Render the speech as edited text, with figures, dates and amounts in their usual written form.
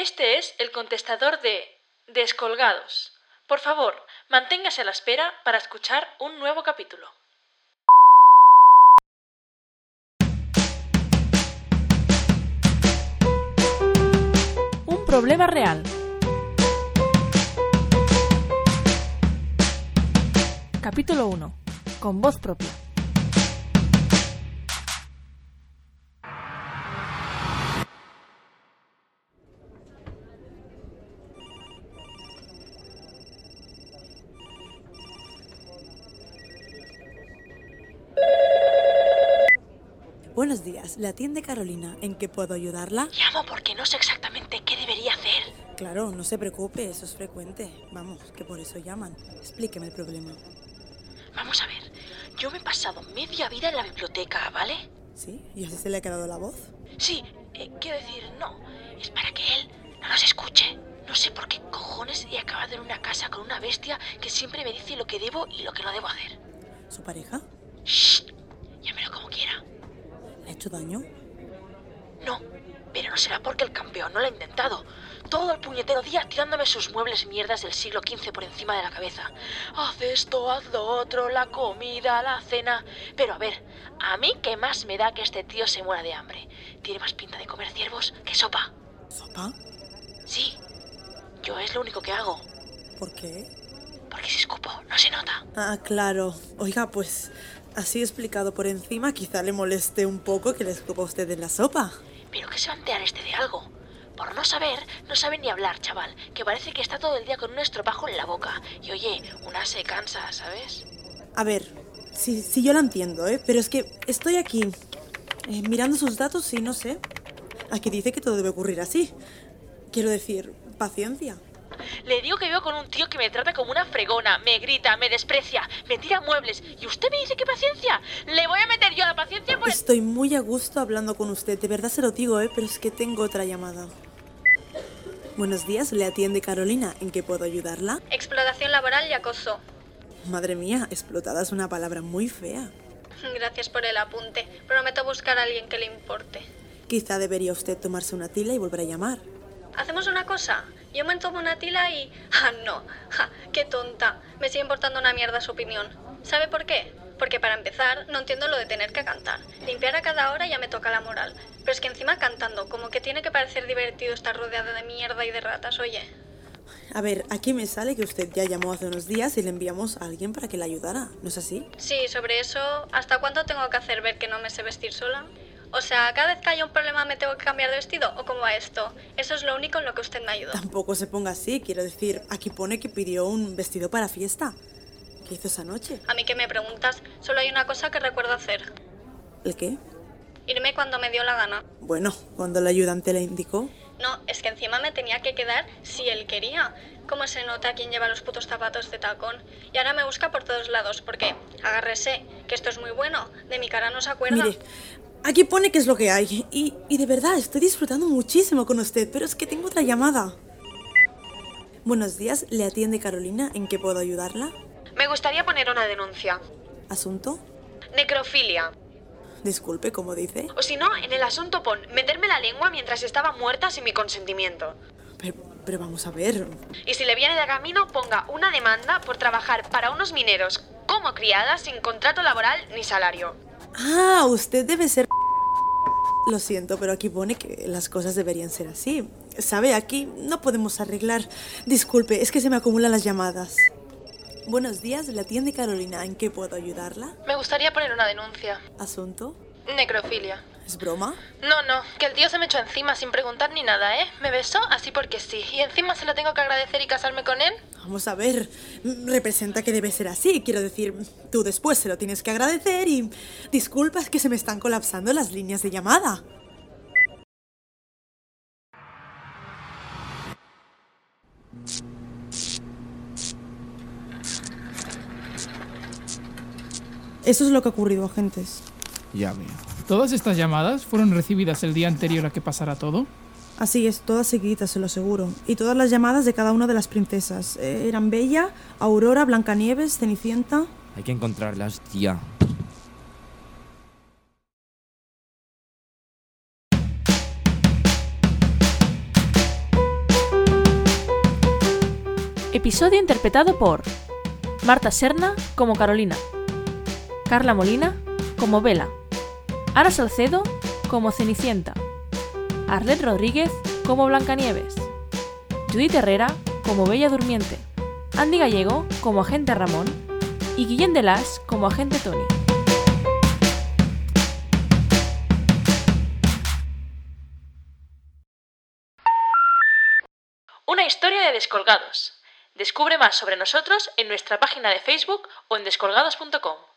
Este es el contestador de Descolgados. Por favor, manténgase a la espera para escuchar un nuevo capítulo. Un problema real. Capítulo 1. Con voz propia. Buenos días, ¿le atiende Carolina? ¿En qué puedo ayudarla? Llamo porque no sé exactamente qué debería hacer. Claro, no se preocupe, eso es frecuente. Vamos, que por eso llaman. Explíqueme el problema. Vamos a ver, yo me he pasado media vida en la biblioteca, ¿vale? ¿Sí? ¿Y así se le ha quedado la voz? Sí, quiero decir, no, es para que él no nos escuche. No sé por qué cojones he acabado en una casa con una bestia que siempre me dice lo que debo y lo que no debo hacer. ¿Su pareja? ¡Shh! Llámelo como quiera. ¿Le ha hecho daño? No, pero no será porque el campeón no lo ha intentado. Todo el puñetero día tirándome sus muebles mierdas del siglo XV por encima de la cabeza. Haz esto, haz lo otro, la comida, la cena... Pero a ver, a mí qué más me da que este tío se muera de hambre. Tiene más pinta de comer ciervos que sopa. ¿Sopa? Sí, yo es lo único que hago. ¿Por qué? Porque si escupo, no se nota. Ah, claro. Oiga, pues así explicado por encima, quizá le moleste un poco que le escupa a usted en la sopa. ¿Pero qué se va a enterar este de algo? Por no saber, no sabe ni hablar, chaval. Que parece que está todo el día con un estropajo en la boca. Y oye, una se cansa, ¿sabes? A ver, sí yo la entiendo, pero es que estoy aquí mirando sus datos y no sé. Aquí dice que todo debe ocurrir así. Quiero decir, paciencia. Le digo que vivo con un tío que me trata como una fregona, me grita, me desprecia, me tira muebles. ¿Y usted me dice que paciencia? Le voy a meter yo la paciencia por... Estoy muy a gusto hablando con usted, de verdad se lo digo, pero es que tengo otra llamada. Buenos días, le atiende Carolina. ¿En qué puedo ayudarla? Explotación laboral y acoso. Madre mía, explotada es una palabra muy fea. Gracias por el apunte. Prometo buscar a alguien que le importe. Quizá debería usted tomarse una tila y volver a llamar. ¿Hacemos una cosa? Yo me tomo una tila y... ¡Ah, no! ¡Ja! ¡Qué tonta! Me sigue importando una mierda su opinión. ¿Sabe por qué? Porque para empezar, no entiendo lo de tener que cantar. Limpiar a cada hora ya me toca la moral. Pero es que encima cantando, como que tiene que parecer divertido estar rodeada de mierda y de ratas, oye. A ver, aquí me sale que usted ya llamó hace unos días y le enviamos a alguien para que la ayudara, ¿no es así? Sí, sobre eso, ¿hasta cuándo tengo que hacer ver que no me sé vestir sola? O sea, ¿cada vez que haya un problema me tengo que cambiar de vestido? ¿O cómo va esto? Eso es lo único en lo que usted me ayudó. Tampoco se ponga así, quiero decir, aquí pone que pidió un vestido para fiesta. ¿Qué hizo esa noche? A mí que me preguntas, solo hay una cosa que recuerdo hacer. ¿El qué? Irme cuando me dio la gana. Bueno, cuando el ayudante le indicó. No, es que encima me tenía que quedar si él quería. ¿Cómo se nota quién lleva los putos zapatos de tacón? Y ahora me busca por todos lados, porque, agárrese, que esto es muy bueno, de mi cara no se acuerda. Mire, aquí pone que es lo que hay. Y de verdad, estoy disfrutando muchísimo con usted, pero es que tengo otra llamada. Buenos días, le atiende Carolina. ¿En qué puedo ayudarla? Me gustaría poner una denuncia. ¿Asunto? Necrofilia. Disculpe, ¿cómo dice? O si no, en el asunto pon meterme la lengua mientras estaba muerta sin mi consentimiento. Pero vamos a ver. Y si le viene de camino, ponga una demanda por trabajar para unos mineros como criada sin contrato laboral ni salario. Ah, usted debe ser... Lo siento, pero aquí pone que las cosas deberían ser así. ¿Sabe? Aquí no podemos arreglar. Disculpe, es que se me acumulan las llamadas. Buenos días, le atiende Carolina. ¿En qué puedo ayudarla? Me gustaría poner una denuncia. ¿Asunto? Necrofilia. ¿Es broma? No, que el tío se me echó encima sin preguntar ni nada, ¿eh? Me besó así porque sí. Y encima se lo tengo que agradecer y casarme con él. Vamos a ver, representa que debe ser así. Quiero decir, tú después se lo tienes que agradecer y... Disculpa, es que se me están colapsando las líneas de llamada. Eso es lo que ha ocurrido, agentes. Ya veo. ¿Todas estas llamadas fueron recibidas el día anterior a que pasara todo? Así es, todas seguiditas, se lo aseguro. Y todas las llamadas de cada una de las princesas. Eran Bella, Aurora, Blancanieves, Cenicienta... Hay que encontrarlas, tía. Episodio interpretado por Marta Serna como Carolina, Carla Molina como Bella, Ara Salcedo como Cenicienta, Arlet Rodríguez como Blancanieves, Judith Herrera como Bella Durmiente, Andy Gallego como Agente Ramón y Guillén de Las como Agente Tony. Una historia de Descolgados. Descubre más sobre nosotros en nuestra página de Facebook o en descolgados.com.